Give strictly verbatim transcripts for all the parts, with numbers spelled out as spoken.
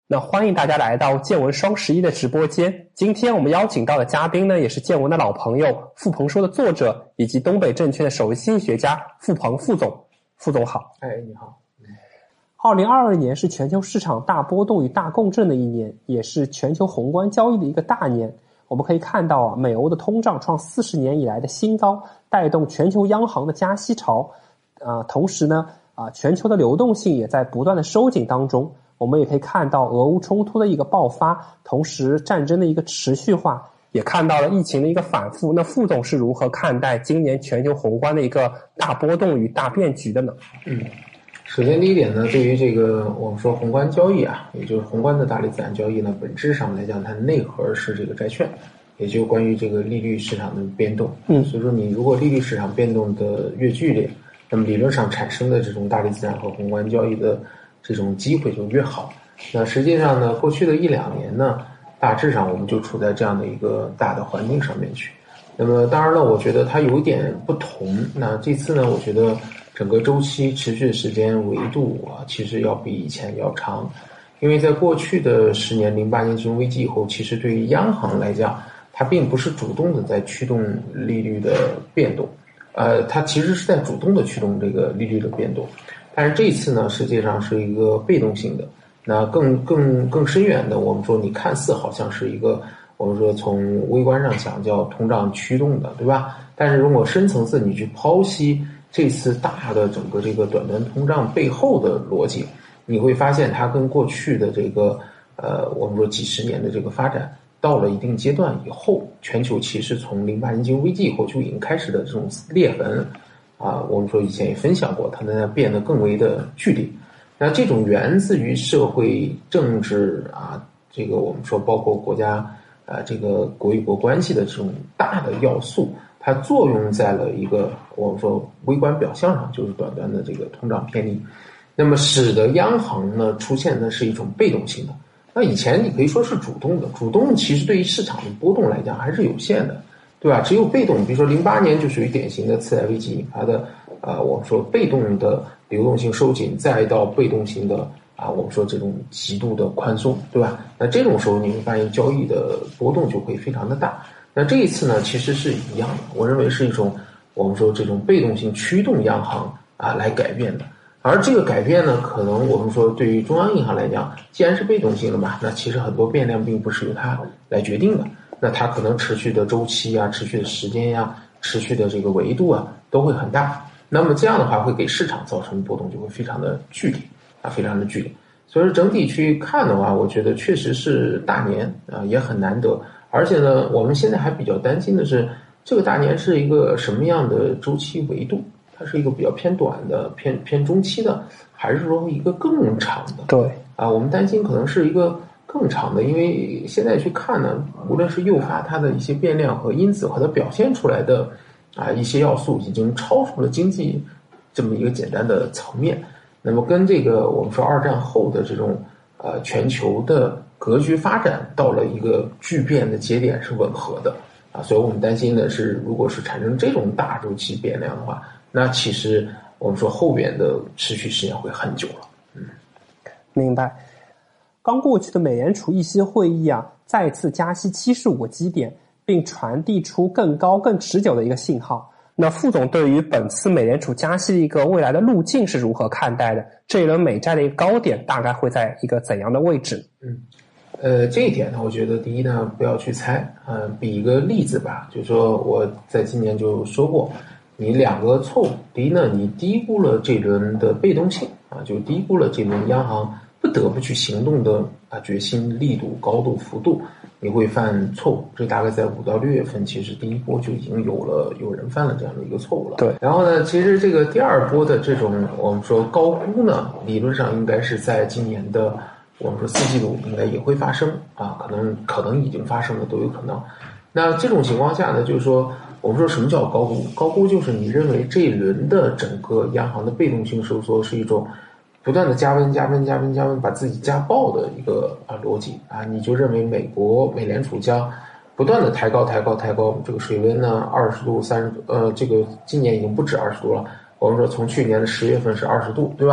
那欢迎大家来到建文双十一的直播间。今天我们邀请到的嘉宾呢，也是建文的老朋友，傅鹏说的作者，以及东北证券的首席经济学家傅鹏傅总。傅总好。 哎，你好。 二零二二年是全球市场大波动与大共振的一年，也是全球宏观交易的一个大年。我们可以看到啊，美欧的通胀创四十年以来的新高，带动全球央行的加息潮。啊，同时呢，啊，全球的流动性也在不断的收紧当中。我们也可以看到俄乌冲突的一个爆发，同时战争的一个持续化，也看到了疫情的一个反复。那傅总是如何看待今年全球宏观的一个大波动与大变局的呢？ 嗯，首先第一点呢，对于这个我们说宏观交易啊，也就是宏观的大类资产交易呢，本质上来讲，它内核是这个债券，也就关于这个利率市场的变动。 嗯， 所以说你如果利率市场变动的越剧烈，那么理论上产生的这种大类资产和宏观交易的这种机会就越好。那实际上呢，过去的一两年呢，大致上我们就处在这样的一个大的环境上面去。那么当然了，我觉得它有一点不同。那这次呢，我觉得整个周期持续的时间维度啊，其实要比以前要长。因为在过去的十年，零八年金融危机以后，其实对于央行来讲，它并不是主动的在驱动利率的变动，呃，它其实是在主动的驱动这个利率的变动。但是这一次呢，实际上是一个被动性的。那更更更深远的，我们说你看似好像是一个，我们说从微观上讲叫通胀驱动的，对吧？但是如果深层次你去剖析这次大的整个这个短端通胀背后的逻辑，你会发现它跟过去的这个呃，我们说几十年的这个发展到了一定阶段以后，全球其实从零八年金融危机以后就已经开始的这种裂痕啊，我们说以前也分享过，它呢变得更为的剧烈。那这种源自于社会政治啊，这个我们说包括国家啊，这个国与国关系的这种大的要素，它作用在了一个我们说微观表象上，就是短端的这个通胀偏离，那么使得央行呢出现的是一种被动性的。那以前你可以说是主动的，主动其实对于市场的波动来讲还是有限的，对吧？只有被动，比如说零八年就属于典型的次贷危机引发的，呃，我们说被动的流动性收紧，再到被动性的啊，我们说这种极度的宽松，对吧？那这种时候你会发现交易的波动就会非常的大。那这一次呢，其实是一样的，我认为是一种我们说这种被动性驱动央行啊来改变的。而这个改变呢，可能我们说对于中央银行来讲，既然是被动性的嘛，那其实很多变量并不是由它来决定的，那它可能持续的周期啊、持续的时间呀、持续的这个维度啊都会很大。那么这样的话会给市场造成波动就会非常的剧烈啊，非常的剧烈。所以说整体去看的话，我觉得确实是大年啊，也很难得。而且呢，我们现在还比较担心的是，这个大年是一个什么样的周期维度？它是一个比较偏短的、偏偏中期的，还是说一个更长的？ 对啊，我们担心可能是一个更长的，因为现在去看呢，无论是诱发它的一些变量和因子和它表现出来的啊一些要素，已经超出了经济这么一个简单的层面。那么跟这个我们说二战后的这种呃全球的格局发展到了一个巨变的节点是吻合的啊，所以我们担心的是，如果是产生这种大周期变量的话，那其实我们说后边的持续时间会很久了。嗯， 明白。刚过去的美联储议息会议啊，再次加息七十五个基点，并传递出更高、更持久的一个信号。那傅总对于本次美联储加息的一个未来的路径是如何看待的？这一轮美债的一个高点大概会在一个怎样的位置？ 嗯，呃，这一点呢，我觉得第一呢，不要去猜，呃，比一个例子吧，就是说我在今年就说过，你两个错误，第一呢，你低估了这轮的被动性啊，就低估了这轮央行不得不去行动的啊决心、力度、高度、幅度，你会犯错误。这大概在五到六月份，其实第一波就已经有了有人犯了这样的一个错误了。 对。 然后呢，其实这个第二波的这种我们说高估呢，理论上应该是在今年的我们说四季度应该也会发生啊，可能可能已经发生了都有可能。那这种情况下呢，就是说我们说什么叫高估？高估就是你认为这一轮的整个央行的被动性收缩是一种不断的加温、加温、加温、加温，把自己加爆的一个啊逻辑啊，你就认为美国美联储将不断的抬高、抬高、抬高，这个水温呢二十度、三十度，呃，这个今年已经不止二十度了。我们说从去年的十月份是二十度，对吧？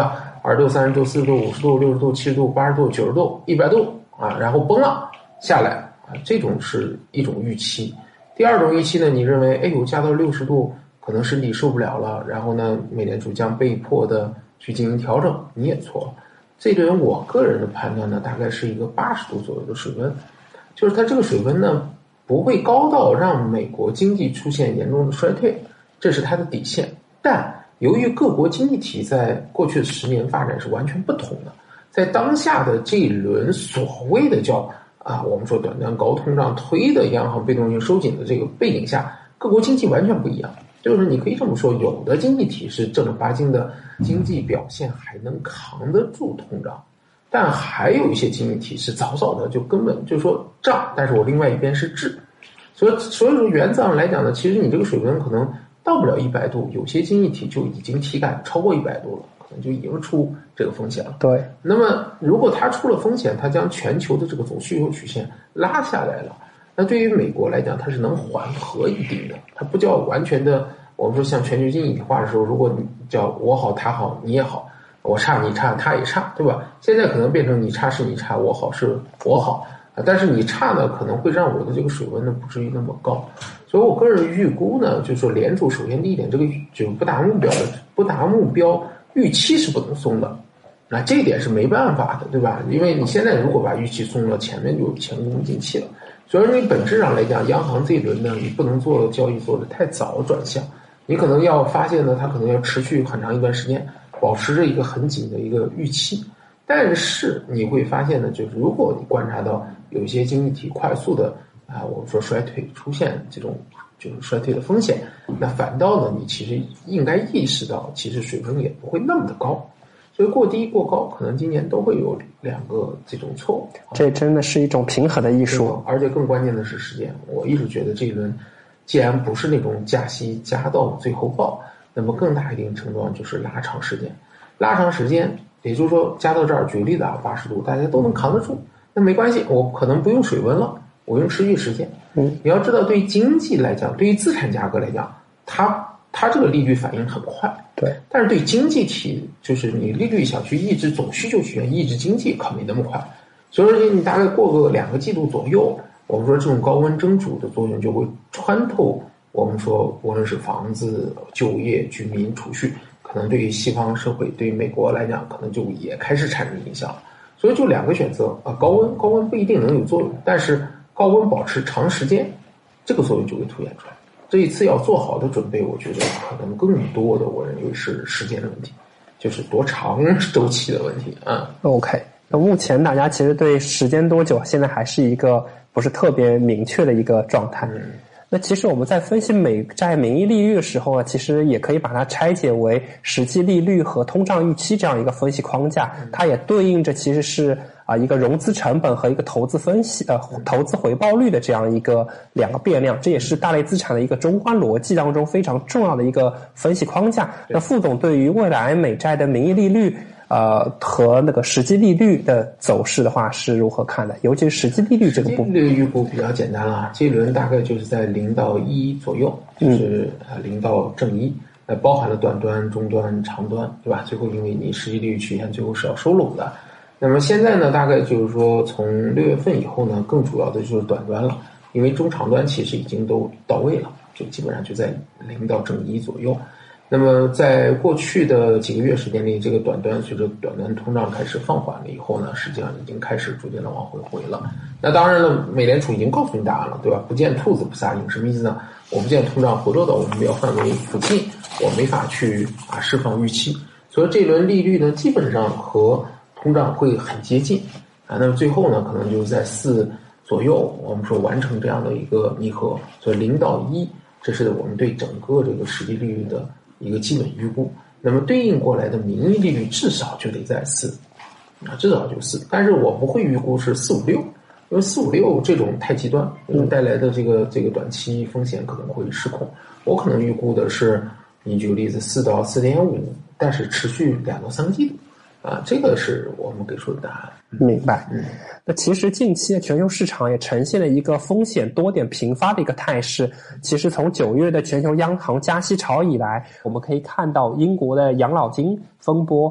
二十度、三十度、四十度、五十度、六十度、七十度、八十度、九十度、一百度啊，然后崩了下来啊，这种是一种预期。第二种预期呢，你认为哎呦加到六十度可能身体受不了了，然后呢美联储将被迫的去进行调整，你也错了。这轮我个人的判断呢，大概是一个八十度左右的水温，就是它这个水温呢不会高到让美国经济出现严重的衰退，这是它的底线。但由于各国经济体在过去的十年发展是完全不同的，在当下的这一轮所谓的叫啊，我们说短暂高通胀推的央行被动性收紧的这个背景下，各国经济完全不一样。就是你可以这么说，有的经济体是正儿八经的经济表现还能扛得住通胀，但还有一些经济体是早早的就根本就是说涨，但是我另外一边是滞。所以所以说原则上来讲呢，其实你这个水温可能到不了一百度，有些经济体就已经体感超过一百度了，可能就已经出这个风险了。 对， 那么如果它出了风险，它将全球的这个总需求曲线拉下来了，那对于美国来讲，它是能缓和一定的，它不叫完全的。我们说像全球经济体化的时候，如果你叫我好他好你也好，我差你差他也差，对吧？现在可能变成你差是你差，我好是我好，但是你差呢可能会让我的这个水温呢不至于那么高。所以我个人预估呢，就是说联储首先第一点，这个就不达目标的不达目标预期是不能松的，那这一点是没办法的，对吧？因为你现在如果把预期松了，前面就前功尽弃了。所以你本质上来讲，央行这一轮呢，你不能做交易做的太早转向，你可能要发现呢，它可能要持续很长一段时间，保持着一个很紧的一个预期。但是你会发现呢，就是如果你观察到有一些经济体快速的啊，我们说衰退出现这种就是衰退的风险，那反倒呢，你其实应该意识到，其实水平也不会那么的高。所以过低过高，可能今年都会有两个这种错误。 这真的是一种平衡的艺术， 而且更关键的是时间。我一直觉得这一轮，既然不是那种加息加到最后爆，那么更大一定程度上就是拉长时间。拉长时间，也就是说加到这儿，举例子啊，八十度，大家都能扛得住，那没关系，我可能不用水温了，我用持续时间。 嗯， 你要知道，对于经济来讲，对于资产价格来讲，它它这个利率反应很快。 对， 但是对经济体，就是你利率想去抑制总需求曲线、抑制经济，可没那么快。所以说，你大概过个两个季度左右，我们说这种高温蒸煮的作用就会穿透。我们说，无论是房子、就业、居民、储蓄，可能对于西方社会、对于美国来讲，可能就也开始产生影响。所以就两个选择啊，高温高温不一定能有作用，但是高温保持长时间，这个作用就会凸显出来。这一次要做好的准备，我觉得可能更多的，我认为是时间的问题，就是多长周期的问题啊。 OK， 那目前大家其实对时间多久，现在还是一个不是特别明确的一个状态。嗯，那其实我们在分析美债名义利率的时候啊，其实也可以把它拆解为实际利率和通胀预期这样一个分析框架，它也对应着其实是啊一个融资成本和一个投资分析呃投资回报率的这样一个两个变量，这也是大类资产的一个中观逻辑当中非常重要的一个分析框架。那副总对于未来美债的名义利率呃和那个实际利率的走势的话是如何看的？尤其是实际利率这个部分。 实际利率预估比较简单了，这一轮大概就是在零到一左右，就是呃零到正一，呃包含了短端、中端、长端，对吧？最后因为你实际利率曲线最后是要收拢的。那么现在呢，大概就是说从六月份以后呢，更主要的就是短端了，因为中长端其实已经都到位了，就基本上就在零到正一左右。那么在过去的几个月时间里，这个短端随着短端通胀开始放缓了以后呢，实际上已经开始逐渐的往回回了。那当然了，美联储已经告诉你答案了，对吧？不见兔子不撒鹰，什么意思呢？我们见通胀回落到我们目标范围附近，我没法去啊释放预期，所以这轮利率呢，基本上和通胀会很接近啊。那么最后呢，可能就是在四左右，我们说完成这样的一个拟合，所以零到一，这是我们对整个这个实际利率的一个基本预估。那么对应过来的名义利率至少就得在四啊，至少就四。但是我不会预估是四五六，因为四五六这种太极端，因为带来的这个这个短期风险可能会失控。我可能预估的是，你举个例子，四到四点五，但是持续两到三个季度。啊，这个是我们给出的答案。 明白。嗯，那其实近期的全球市场也呈现了一个风险多点频发的一个态势。其实从九月的全球央行加息潮以来，我们可以看到英国的养老金风波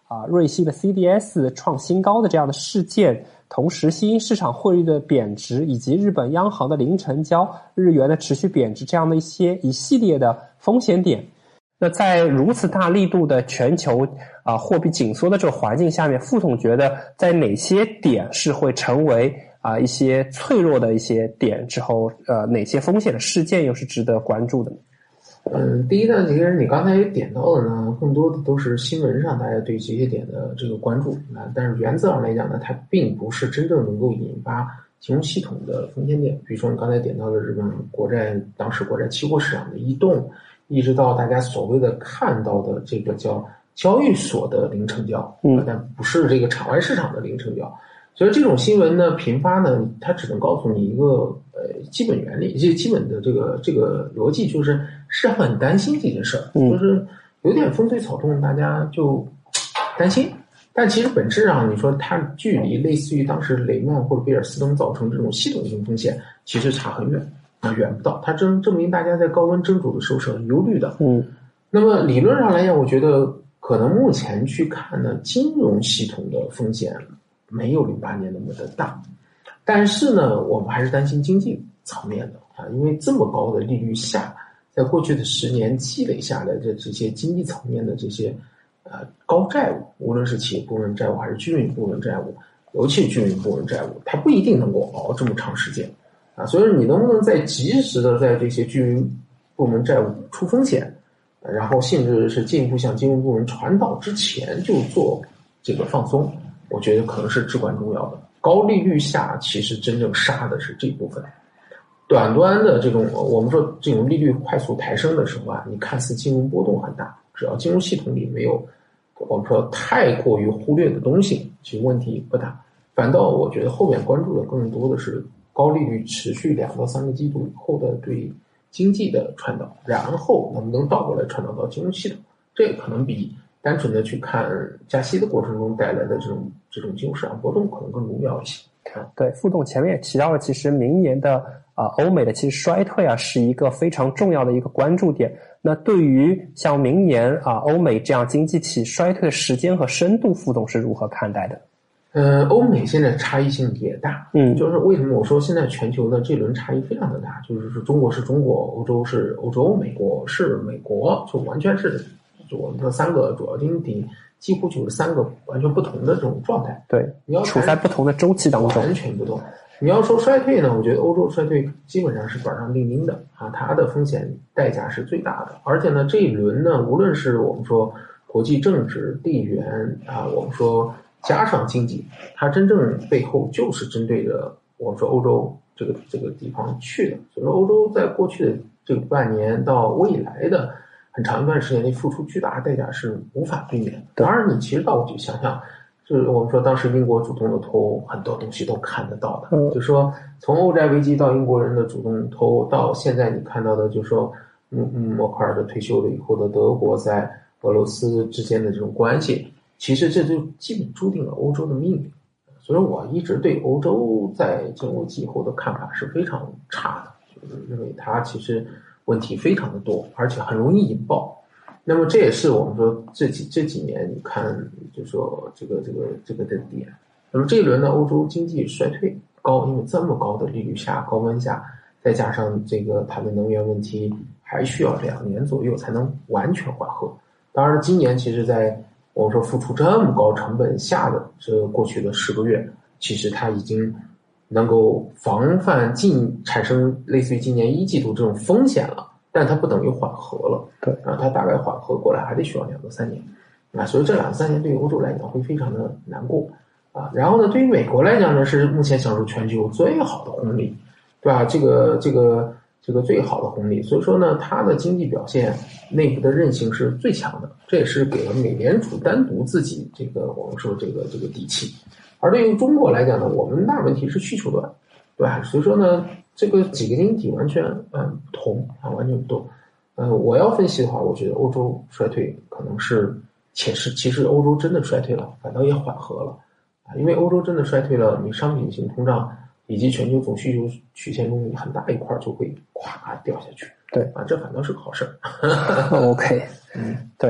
啊瑞信的 C D S 创新高的这样的事件，同时新兴市场汇率的贬值，以及日本央行的零成交、日元的持续贬值这样的一些一系列的风险点。那在如此大力度的全球啊货币紧缩的这个环境下面，副总觉得在哪些点是会成为啊一些脆弱的一些点之后，呃哪些风险的事件又是值得关注的呢？ 嗯，第一呢，其实你刚才也点到的呢，更多的都是新闻上大家对这些点的这个关注啊，但是原则上来讲呢，它并不是真正能够引发金融系统的风险点。比如说你刚才点到的日本国债，当时国债期货市场的异动，一直到大家所谓的看到的这个叫交易所的零成交，嗯，但不是这个场外市场的零成交。所以这种新闻呢频发呢，它只能告诉你一个呃基本原理，这基本的这个这个逻辑，就是市场很担心这件事儿，就是有点风吹草动，大家就担心。但其实本质上，你说它距离类似于当时雷曼或者贝尔斯登造成这种系统性风险，其实差很远啊，远不到。它证证明大家在高温蒸煮的时候是很忧虑的。嗯，那么理论上来讲，我觉得可能目前去看呢，金融系统的风险没有零八年那么的大，但是呢，我们还是担心经济层面的啊，因为这么高的利率下，在过去的十年积累下来的这些经济层面的这些呃高债务，无论是企业部门债务还是居民部门债务，尤其是居民部门债务，它不一定能够熬这么长时间啊，所以你能不能在及时的在这些居民部门债务出风险，然后甚至是进一步向金融部门传导之前就做这个放松，我觉得可能是至关重要的。高利率下，其实真正杀的是这部分。短端的这种，我们说这种利率快速抬升的时候啊，你看似金融波动很大，只要金融系统里没有我们说太过于忽略的东西，其实问题不大。反倒我觉得后面关注的更多的是高利率持续两到三个季度以后的对经济的传导，然后能不能倒过来传导到金融系统，这可能比单纯的去看加息的过程中带来的这种这种金融市场波动可能更重要一些。 对，副总前面也提到了，其实明年的啊、呃、欧美的其实衰退啊是一个非常重要的一个关注点。那对于像明年啊、呃、欧美这样经济体衰退的时间和深度，副总是如何看待的？ 呃，欧美现在差异性也大，嗯，就是为什么我说现在全球的这轮差异非常的大，就是说中国是中国，欧洲是欧洲，美国是美国，就完全是就我们说三个主要经济体几乎就是三个完全不同的这种状态。 对，你要处在不同的周期当中， 完全不同。你要说衰退呢，我觉得欧洲衰退基本上是板上钉钉的啊，它的风险代价是最大的。而且呢，这一轮呢，无论是我们说国际政治、地缘啊，我们说加上经济，它真正背后就是针对着我们说欧洲这个这个地方去的。所以说，欧洲在过去的这个半年到未来的很长一段时间内付出巨大的代价是无法避免的。当然，你其实倒过去想想，就是我们说当时英国主动的脱欧，很多东西都看得到的。嗯，就是说从欧债危机到英国人的主动脱欧，到现在你看到的，就是说，嗯嗯，默克尔的退休了以后的德国在俄罗斯之间的这种关系，其实这就基本注定了欧洲的命运。所以我一直对欧洲在进入气候的看法是非常差的，就是认为它其实问题非常的多，而且很容易引爆。那么这也是我们说这几这几年你看，就说这个这个这个的点。那么这一轮呢，欧洲经济衰退高，因为这么高的利率下、高温下，再加上这个它的能源问题，还需要两年左右才能完全缓和。当然，今年其实在我们说付出这么高成本下的这过去的十个月，其实它已经能够防范近产生类似于今年一季度这种风险了。但它不等于缓和了，对啊，它大概缓和过来还得需要两到三年，啊，所以这两三年对于欧洲来讲会非常的难过，啊，然后呢，对于美国来讲呢，是目前享受全球最好的红利，对吧？这个这个这个最好的红利，所以说呢，它的经济表现内部的韧性是最强的，这也是给了美联储单独自己这个我们说这个这个底气。而对于中国来讲呢，我们大问题是需求端，对吧？所以说呢。这个几个经济体完全嗯不同啊，完全不同。呃，我要分析的话，我觉得欧洲衰退可能是，且是其实欧洲真的衰退了，反倒也缓和了啊，因为欧洲真的衰退了，你商品型通胀以及全球总需求曲线中很大一块就会咵掉下去。 对啊，这反倒是个好事儿。 OK，嗯，对。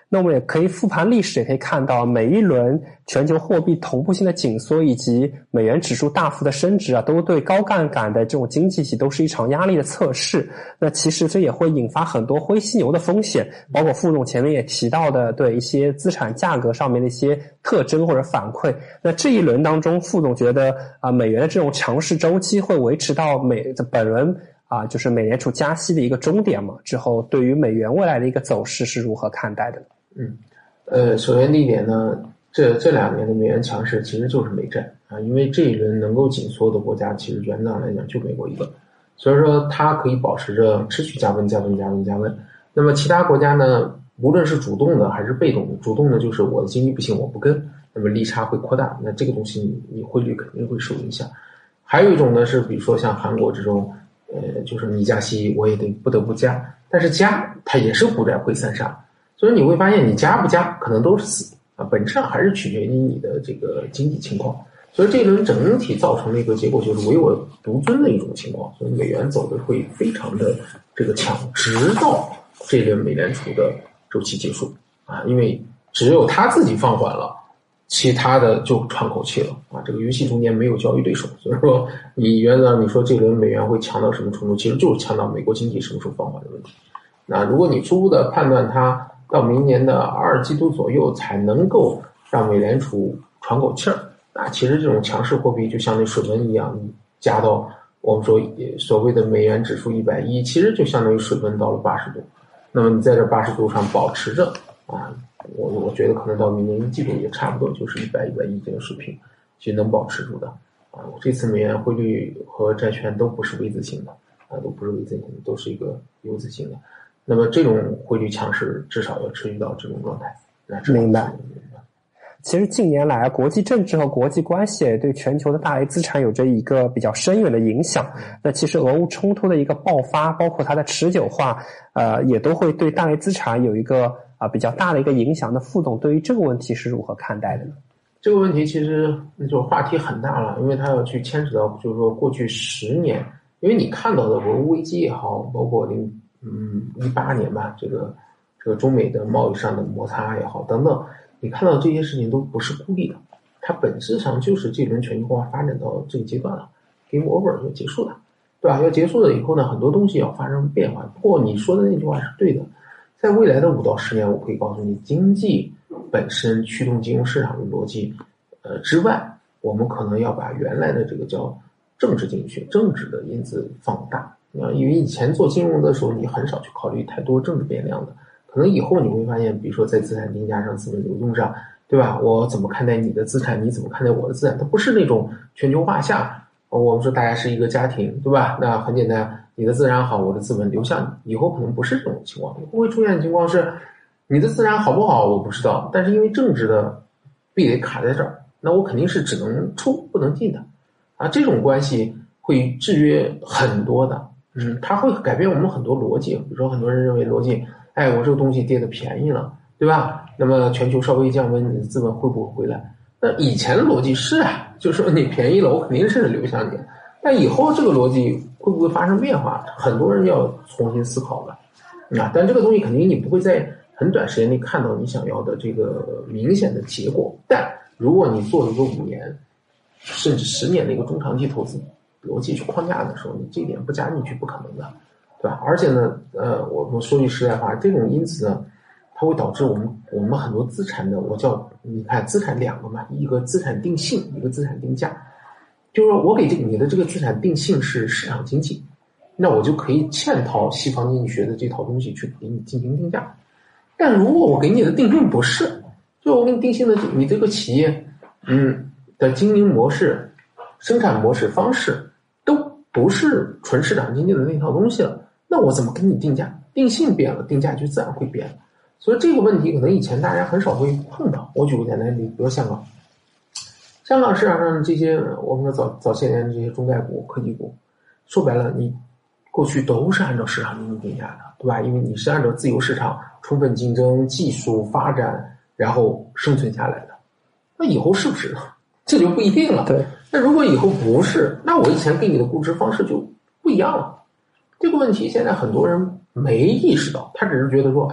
那我们也可以复盘历史，也可以看到每一轮全球货币同步性的紧缩以及美元指数大幅的升值啊，都对高杠杆的这种经济体都是一场压力的测试。那其实这也会引发很多灰犀牛的风险，包括副总前面也提到的对一些资产价格上面的一些特征或者反馈。那这一轮当中，副总觉得啊、呃，美元的这种强势周期会维持到美本轮啊，就是美联储加息的一个终点嘛？之后对于美元未来的一个走势是如何看待的呢？ 嗯，呃，首先第一点呢，这这两年的美元强势其实就是美债啊，因为这一轮能够紧缩的国家，其实原则上来讲就美国一个，所以说它可以保持着持续加温、加温、加温、加温。那么其他国家呢，无论是主动的还是被动的，主动的就是我的经济不行，我不跟，那么利差会扩大，那这个东西你你汇率肯定会受影响。还有一种呢是，比如说像韩国这种，呃，就是你加息我也得不得不加，但是加它也是股债汇散沙。所以你会发现，你加不加可能都是死啊，本质上还是取决于你的这个经济情况。所以这一轮整体造成的一个结果就是唯我独尊的一种情况，所以美元走的会非常的这个强，直到这轮美联储的周期结束啊，因为只有他自己放缓了，其他的就喘口气了啊。这个游戏中间没有交易对手，所以说你原则上你说这轮美元会强到什么程度，其实就是强到美国经济什么时候放缓的问题。那如果你初步的判断它到明年的二季度左右才能够让美联储喘口气儿，那其实这种强势货币就像那水温一样，加到我们说所谓的美元指数一百一，其实就相当于水温到了八十度。那么你在这八十度上保持着啊，我我觉得可能到明年一季度也差不多就是一百、一百一这个水平，其实能保持住的啊。这次美元汇率和债券都不是 V 字形的啊，都不是 V 字形的，都是一个 U 字形的。那么这种汇率强势至少要持续到这种状态。 明白。其实近年来，国际政治和国际关系对全球的大类资产有着一个比较深远的影响。那其实俄乌冲突的一个爆发，包括它的持久化，呃，也都会对大类资产有一个啊、呃、比较大的一个影响。那副总对于这个问题是如何看待的呢？ 这个问题其实就话题很大了，因为它要去牵扯到，就是说过去十年，因为你看到的俄乌危机也好，包括零嗯一八年吧，这个这个中美的贸易上的摩擦也好等等。你看到这些事情都不是孤立的，它本质上就是这轮全球化发展到这个阶段了 ，game over 就结束了，对吧？要结束了以后呢，很多东西要发生变化。不过你说的那句话是对的，在未来的五到十年，我可以告诉你，经济本身驱动金融市场的逻辑，呃之外，我们可能要把原来的这个叫政治经济学、政治的因子放大啊，因为以前做金融的时候，你很少去考虑太多政治变量的。可能以后你会发现，比如说在资产定价上、资本流动上，对吧？我怎么看待你的资产，你怎么看待我的资产？它不是那种全球化下，我们说大家是一个家庭，对吧？那很简单，你的资产好，我的资本流向你。以后可能不是这种情况，以后会出现的情况是，你的资产好不好我不知道，但是因为政治的壁垒卡在这儿，那我肯定是只能出不能进的啊。这种关系会制约很多的，嗯，它会改变我们很多逻辑。比如说，很多人认为逻辑。哎，我这个东西跌得便宜了，对吧？那么全球稍微降温，你的资本会不会回来？那以前的逻辑是啊，就是说你便宜了，我肯定是流向你。但以后这个逻辑会不会发生变化？很多人要重新思考了啊。但这个东西肯定你不会在很短时间内看到你想要的这个明显的结果。但如果你做一个五年甚至十年的一个中长期投资逻辑去框架的时候，你这一点不加进去不可能的。对吧？而且呢，呃，我们说句实在话，这种因子呢，它会导致我们我们很多资产的，我叫你看资产两个嘛，一个资产定性，一个资产定价。就是说我给这个你的这个资产定性是市场经济，那我就可以嵌套西方经济学的这套东西去给你进行定价。但如果我给你的定性不是，就我给你定性的你这个企业，嗯的经营模式、生产模式方式都不是纯市场经济的那套东西了。那我怎么给你定价？定性变了，定价就自然会变了。所以这个问题可能以前大家很少会碰到。我举个简单例子，比如香港，香港市场上这些我们说早早些年的这些中概股、科技股，说白了，你过去都是按照市场经济定价的，对吧？因为你是按照自由市场、充分竞争、技术发展，然后生存下来的。那以后是不是呢？这就不一定了。 对。 那如果以后不是，那我以前给你的估值方式就不一样了。这个问题现在很多人没意识到，他只是觉得说，哎，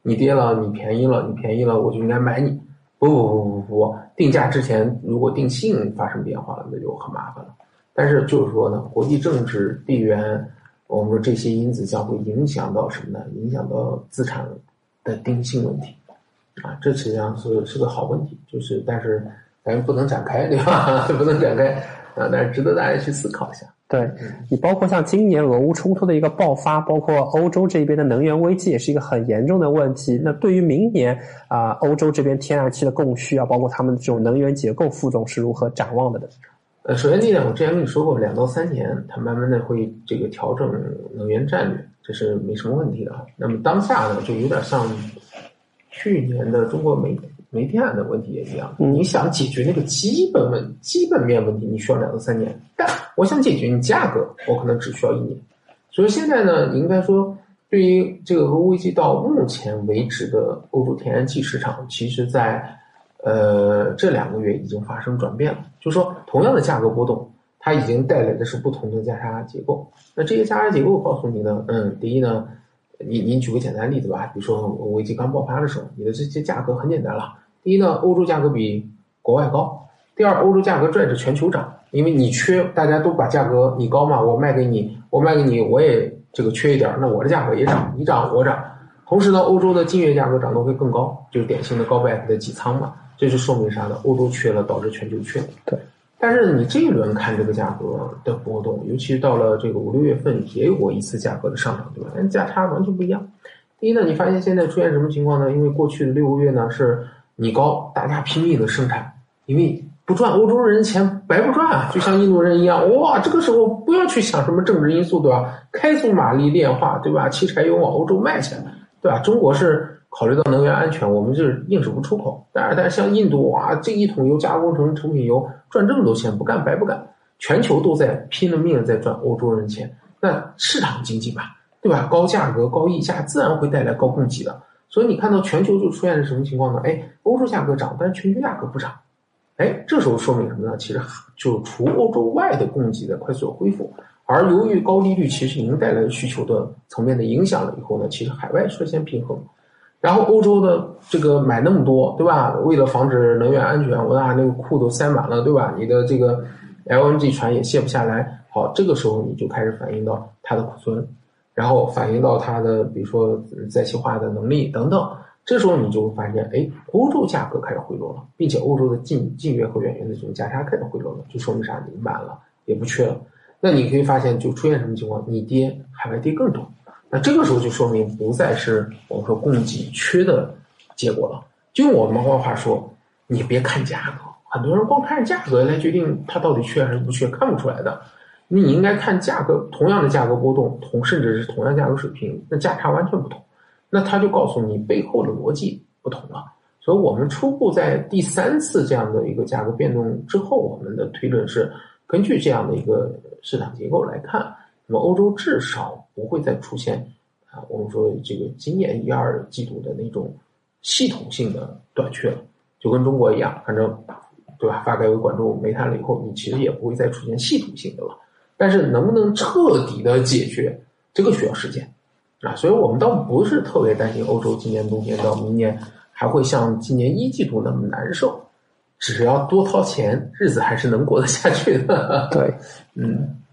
你跌了，你便宜了，你便宜了，我就应该买你。不不不不不，定价之前如果定性发生变化了，那就很麻烦了。但是就是说呢，国际政治、地缘，我们说这些因子将会影响到什么呢？影响到资产的定性问题啊，这实际上是是个好问题，就是但是咱不能展开，对吧？不能展开啊，但是值得大家去思考一下。 对，你包括像今年俄乌冲突的一个爆发，包括欧洲这边的能源危机也是一个很严重的问题。那对于明年啊、呃，欧洲这边天然气的供需啊，包括他们的这种能源结构，副总是如何展望的呢？ 呃，首先第一点，我之前跟你说过，两到三年，它慢慢的会这个调整能源战略，这是没什么问题的。那么当下呢，就有点像去年的中国煤煤电的问题也一样，你想解决那个基本问基本面问题，你需要两到三年，但我想解决你价格，我可能只需要一年。所以现在呢，你应该说，对于这个俄乌危机到目前为止的欧洲天然气市场，其实在呃这两个月已经发生转变了。就是说，同样的价格波动，它已经带来的是不同的价差结构。那这些价差结构告诉你呢，嗯，第一呢，你你举个简单例子吧，比如说危机刚爆发的时候，你的这些价格很简单了。第一呢，欧洲价格比国外高；第二，欧洲价格拽着全球涨，因为你缺，大家都把价格你高嘛，我卖给你，我卖给你，我也这个缺一点，那我的价格也涨，你涨我涨。同时呢，欧洲的近月价格涨得会更高，就是典型的高 back 的挤仓嘛，这是说明啥呢？欧洲缺了，导致全球缺。 对。 但是你这一轮看这个价格的波动，尤其到了这个五六月份也有过一次价格的上涨，对吧？但价差完全不一样。第一呢，你发现现在出现什么情况呢？因为过去的六个月呢是你高，大家拼命的生产，因为不赚欧洲人钱白不赚啊，就像印度人一样，哇，这个时候不要去想什么政治因素，对吧？开足马力炼化，对吧？汽柴油往欧洲卖去，对吧？中国是考虑到能源安全，我们就是硬是不出口。但是但是像印度，哇，这一桶油加工成成品油赚这么多钱，不干白不干，全球都在拼了命在赚欧洲人钱。那市场经济吧，对吧？高价格高溢价自然会带来高供给的。所以你看到全球就出现了什么情况呢？哎，欧洲价格涨，但是全球价格不涨。哎，这时候说明什么呢？其实就除欧洲外的供给的快速恢复，而由于高利率其实已经带来了需求的层面的影响了以后呢，其实海外率先平衡。然后欧洲的这个买那么多，对吧？为了防止能源安全，我那那个库都塞满了，对吧？你的这个 L N G 船也卸不下来。好，这个时候你就开始反映到它的库存，然后反映到它的比如说再气化的能力等等。这时候你就会发现，哎，欧洲价格开始回落了，并且欧洲的近近月和远月的这种价差开始回落了，就说明啥？你满了，也不缺了。那你可以发现，就出现什么情况？你跌，海外跌更多。那这个时候就说明不再是我们说供给缺的结果了。就用我们官话说，你别看价格，很多人光看价格来决定它到底缺还是不缺，看不出来的。你应该看价格，同样的价格波动，同甚至是同样价格水平，那价差完全不同。那他就告诉你背后的逻辑不同了。所以我们初步在第三次这样的一个价格变动之后，我们的推论是根据这样的一个市场结构来看，那么欧洲至少不会再出现啊，我们说这个今年一二季度的那种系统性的短缺了，就跟中国一样，反正对吧？发改委管住煤炭了以后，你其实也不会再出现系统性的了。但是能不能彻底的解决，这个需要时间啊，所以我们倒不是特别担心欧洲今年冬天到明年还会像今年一季度那么难受，只要多掏钱，日子还是能过得下去的。 对， 嗯。